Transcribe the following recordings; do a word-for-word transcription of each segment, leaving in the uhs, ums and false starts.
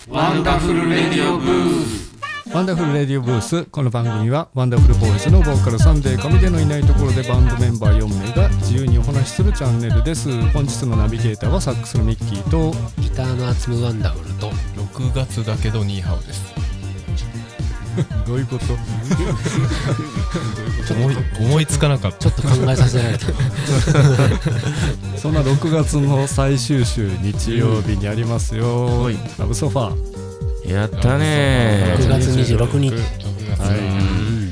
ワンダフルレディオブース。 ワンダフルレディオブース。この番組はワンダフルボーイズのボーカルサンデー上出のいないところでバンドメンバーよんめいが自由にお話しするチャンネルです。本日のナビゲーターはサックスのミッキーとギターのアツムワンダフルとろくがつだけどニーハオです。 どういうこと思い思いつかなかった。 ちょっと考えさせられたそんなろくがつの最終週日曜日にありますよ、うん、ラブソファーやったねー。ろくがつにじゅうろくにち、 はい、うん、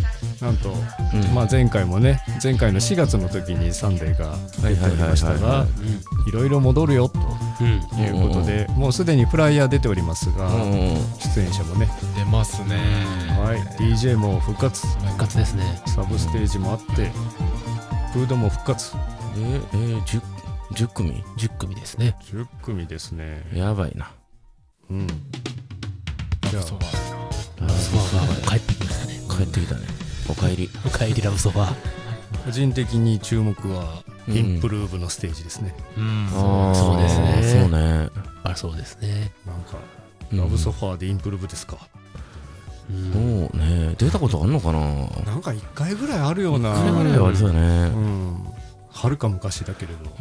なんと、うんまあ、前回もね前回のしがつの時にサンデーが出ておりましたがいろいろ戻るよということで、うん、もうすでにフライヤー出ておりますが、うん、出演者もね出ますね、 はい、ディージェー も復活復活ですね。 サブステージもあってフードも復活。 えー、えー、じゅう, じゅっくみじゅっくみですね。 じゅっくみですね。 やばいな。 うんラブソファーラブソファーが帰ってきましたね。 帰ってきたね。おかえりおかえりラブソファー。 個人的に注目はインプルーブのステージですね。 うん、うん、そうですね。 そうね。 あ、そうですね。 なんかラブソファーでインプルーブですか。 うん、そうね。出たことあるのかな。 なんかいっかいぐらいあるような。 いっかいぐらいはありそうだね。 うん。はるか昔だけれど。 うん。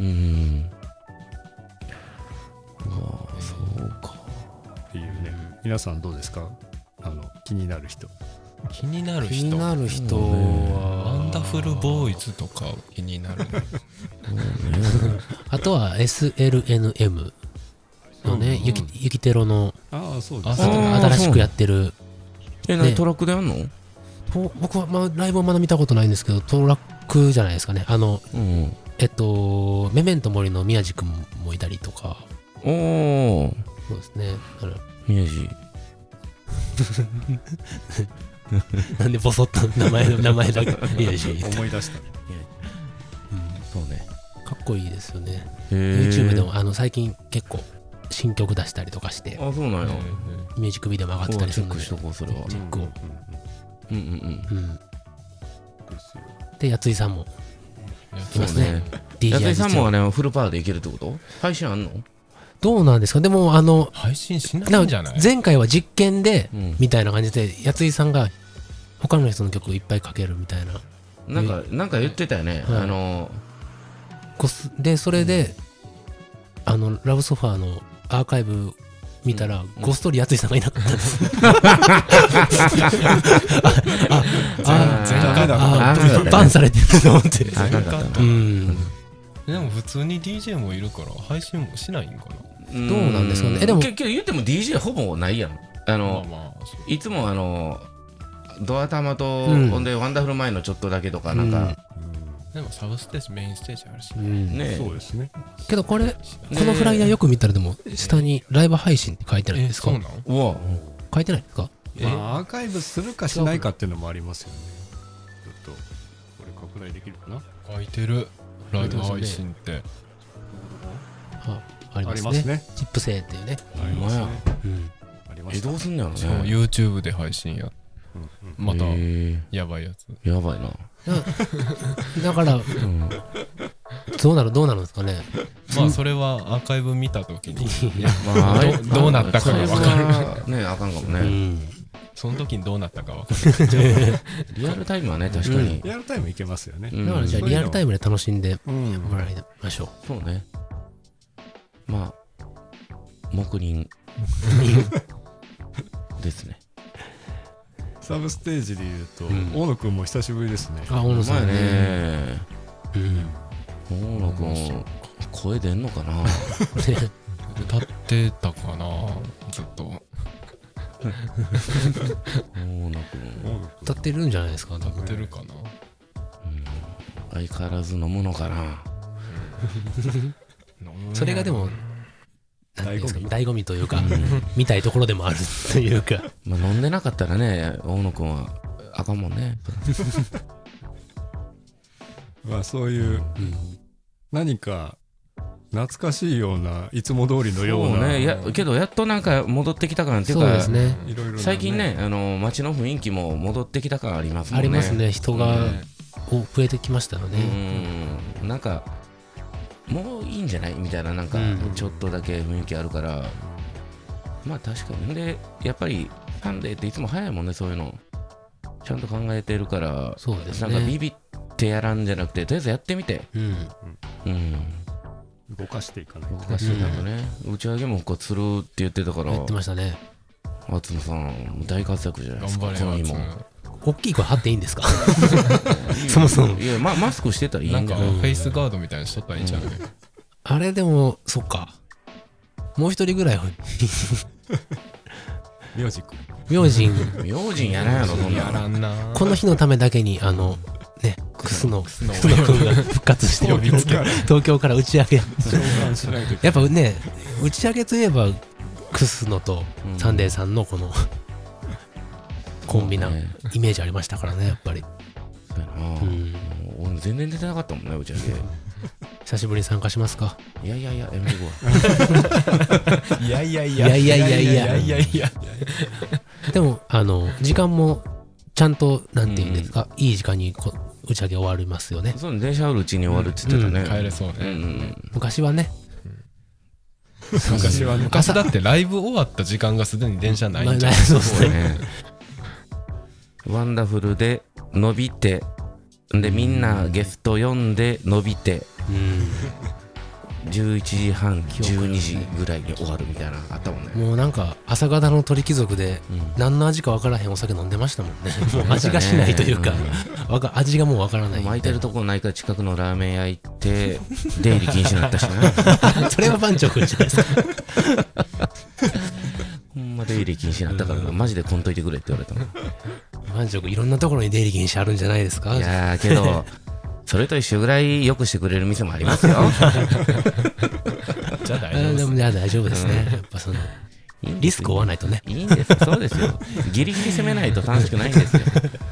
うわそうか。 っていうね。皆さんどうですか。あの気になる人。 気になる人。 気になる人はワンダフルボーイズとか気になる。 あとは エスエルエヌエム のね、うんうん、ゆきゆきテロのああそうです。 新しくやってる。 え、何トラックでやんの？ 僕はまあライブはまだ見たことないんですけどトラックじゃないですかね。あの、うん、えっとメメントモリの宮地君もいたりとか。 おお。 そうですね。あの宮地。 なんでボソッと名前の名前だけ宮地思い出した。 うん、そうね。 かっこいいですよね。YouTube でもあの最近結構新曲出したりとかして。 あ、そうなんや。 ミュージックビデオも上がってたりするので。 チェックしとこうそれは。 チェックを。 うんうんうん。うんで、やついさんもいますね。 やついさんもあれフルパワーでいけるってこと？配信あんの？ どうなんですか。でもあの配信しないんじゃない？ 前回は実験で、うん、みたいな感じでやついさんが他の人の曲をいっぱいかけるみたいな。 なんかなんか言ってたよね。はい、あのでそれで、うん、あのラブソファーのアーカイブ見たら、うん、ごっそりやついさんがいなかったんです。ああバンされてると思って。うん。 でも普通に ディージェー もいるから配信もしないんかな。 どうなんですかね。えでも結局言っても ディージェー ほぼないやん。あの、まあまあ、いつもあのドア玉と、うん、ほんでワンダフル前のちょっとだけとかなんか、うんうん、 でもサブステージメインステージあるし、ねうんね、そうですね。 けどこれ、ね、このフライヤーよく見たらでも下にライブ配信って書いてないんですか？ えー、そうなの？うわ書いてないですか？ まあ、アーカイブするかしないかっていうのもありますよね。ちょっとこれ拡大できるかな？ 書いてる。ライブ配信って、 あ、ありますね。ねチップ製っていうね。 ありますね。 うん、 ありました。え、どうすんのやろね。 そう YouTube で配信や、うんうん、またやばいやつ。 やばいな。 だから、うん、どうなるどうなるんですかね。 まあそれはアーカイブ見たときにまあ、ど, どうなったかが分かる。 ね、あかんかもね。 うんその時にどうなったか分かる。 リアルタイムはね、確かに、うん、 リアルタイムいけますよね。 だからじゃあリアルタイムで楽しんでもらいましょう。 そうね。まあ黙認ですね。 サブステージでいうと、うん、大野くんも久しぶりですね。 あ、大野さんね。 うん、大野くん声出んのかな。 歌ってたかなずっと。 歌ってるんじゃないですか。 歌ってるかな、うん、 相変わらず飲むのかな。 それがでも醍醐味というか、うん、見たいところでもあるというか、 まあ飲んでなかったらね大野くんはあかんもんね。 まあそういう、うん、何か懐かしいようないつも通りのような。 そうね、やけどやっとなんか戻ってきた感っていうか、 そうですね、 最近ねあの街の雰囲気も戻ってきた感ありますもんね。 ありますね。人が、ね、増えてきましたよね。 うん、なんかもういいんじゃないみたいな、なんかちょっとだけ雰囲気あるから、 まあ確かに。でやっぱりサンデーっていつも早いもんね、そういうのちゃんと考えてるから。 そうですね。 なんかビビってやらんじゃなくて、とりあえずやってみて、 うんうん、 動かしていかないと。 動かしていかないとね、うん、打ち上げも復活するって言ってたから。 言ってましたね。 あつむさん大活躍じゃないですか。 頑張れよ、あつむ。 大きい声張っていいんですかそもそも。 いや、ま、マスクしてたらいいんじゃない。 なんかフェイスガードみたいにしとったらいいんちゃうね、うん、 あれでもそっか、もう一人ぐらい名字く名人名人やらんやろ、そんなやらんな。 この日のためだけにあのね、クスのクスの君が復活して東京から打ち上げやっぱね、打ち上げといえばクスノとサンデーさんのこのコンビなイメージありましたからね、やっぱり。 そうやな、うん、俺全然出てなかったもんね、打ち上げ。 久しぶりに参加しますか。 いやいやいや、やめてくわ。 いやいやいやいやいやいやいやいやいや。 でもあの時間もちゃんとなんていうんですか、いい時間にこ打ち上げ終わりますよね。 そう、電車あるうちに終わるって言ってたね。 帰れそうね。 昔はね。 昔は昔だってライブ終わった時間がすでに電車ないんじゃないですかね。 ワンダフルで伸びて、でみんなゲスト呼んで伸びて、じゅういちじはんじゅうにじぐらいに終わるみたいなのあったもんね。 もうなんか朝方の鳥貴族で何の味か分からへんお酒飲んでましたもんね。もう味がしないというか、味がもう分からない。 巻いてるとこないから近くのラーメン屋行って出入り禁止になったしな。 それは番長くんじゃないですか。 ほんま出入り禁止になったからな、マジでこんといてくれって言われたの。 番長くんいろんなところに出入り禁止あるんじゃないですか。 いやーけどそれと一緒ぐらいよくしてくれる店もありますよ。 じゃあ大丈夫です。 でもじゃあ大丈夫ですね。やっぱそのリスクを負わないとね。 いいんですよ、そうですよ。ギリギリ攻めないと楽しくないんですよ。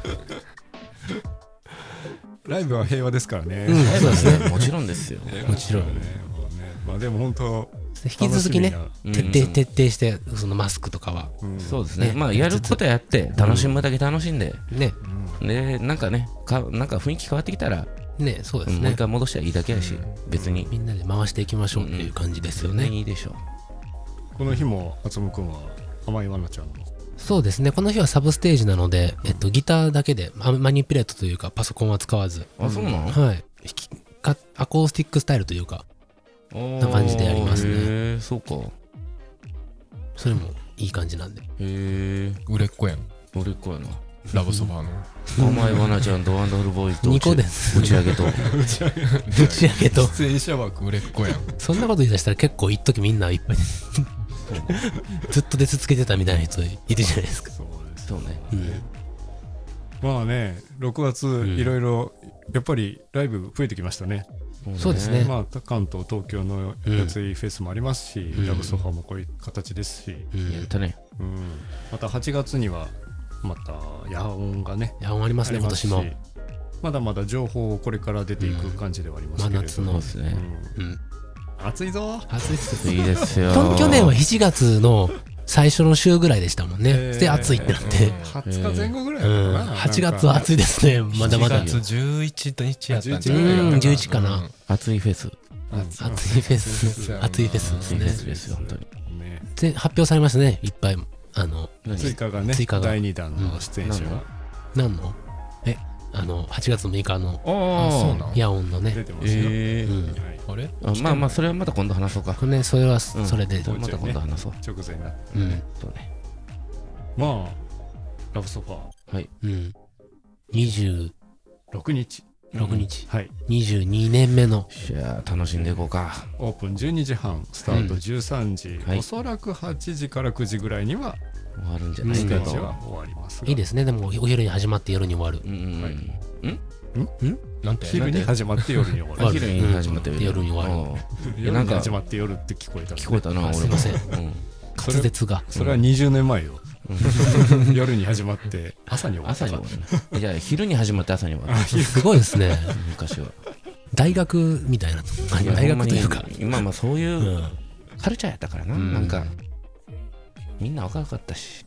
ライブは平和ですからね。 うん、そうですね。 もちろんですよ。 もちろん。 まあでも本当引き続きね、徹底徹底してそのマスクとかは、 そうですね。まあやることやって楽しむだけ楽しんで、ね、でなんかね、かなんか雰囲気変わってきたら。 ね、そうですね。 もう一回戻したらいいだけやし、別にみんなで回していきましょうっていう感じですよね。 いいでしょう。 この日もあつむくんは甘いわなちゃんの。 そうですね。この日はサブステージなので、えっとギターだけでマニピュレートというかパソコンは使わず。 あ、そうなの？ はい。アコースティックスタイルというかな感じでやりますね。へえ、そうか。 それもいい感じなんで。へえ、売れっ子やん。 売れっ子やな。 ラブソファーの甘いわなちゃんとワンダフルボーイズとにこです打ち上げと打ち上げと出演者枠売れっ子やん。 そんなこと言い出したら結構一時みんないっぱいずっと出続けてたみたいな人いるじゃないですか。 そうね、 うん、まあねろくがついろいろやっぱりライブ増えてきましたね。 そうですね。 まあ関東東京のやついフェスもありますし、うん、ラブソファーもこういう形ですし、 うん、やったね、 うん、またはちがつにはまた野音がね、 野音ありますね、今年も。 まだまだ情報これから出ていく感じではありますけれども、 真夏のですね、 うん、暑いぞ。 暑いですいいですよ。 去年はしちがつの最初の週ぐらいでしたもんね。えー、で暑いってなって、 はつかぜん後ぐらいかな、うん、 はちがつは暑いですね。まだまだしちがつじゅういちにちやったんじゃないかな。うん、じゅういちかな。 暑いフェス、 暑いフェス暑いフェスですね。 暑いフェスですよ本当に。 で発表されましたね、いっぱい。あの追加がね、追加がだいにだんの出演者が、 何のえあのはちがつむいかの野音のね出てますよ。 えー、あれまあまあそれはまた今度話そうか。 これね、それはそれで、 うん、また今度話そう。 直前になって、 うん、 そうね。 まあラブソファー、 はい、 うん、にじゅうろくにちろくにち、 うん、はい、 にじゅうにねんめの。 じゃあ楽しんでいこうか。 オープンじゅうにじはん、スタートじゅうさんじ、うん、はい、おそらくはちじからくじぐらいには終わるんじゃないかと。 終わりますがいいですね。でもお昼に始まって夜に終わる。 うんうん、はい、 んんなんて昼に始まって夜に終わる。 昼に始まって夜に終わる。 夜に始まって夜って聞こえた。 聞こえたな俺も。 すいません。滑舌が。 それはにじゅうねんまえよ。夜に始まって朝に終わる。 朝に終わる。じゃあ昼に始まって朝に終わる。 すごいですね。 昔は大学みたいな。大学というか。 今まあそういうカルチャーやったからな。なんかみんな若かったし。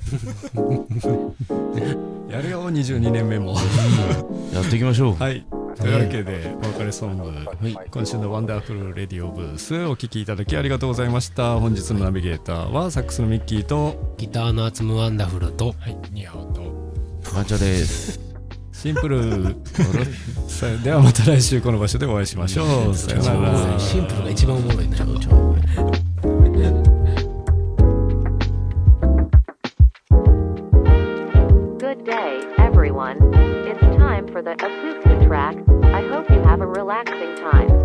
やるよにじゅうにねんめもやっていきましょう。 はい。 というわけでお別れソング、今週のワンダフルレディオブースお聴きいただきありがとうございました。本日のナビゲーターはサックスのミッキーとギターのアツムワンダフルと、 はい、ニハオとガチャです。 シンプルではまた来週この場所でお会いしましょう。さよなら。 シンプルが一番おもろいね。 Good day, everyone. It's time for the acoustic track. I hope you have a relaxing time.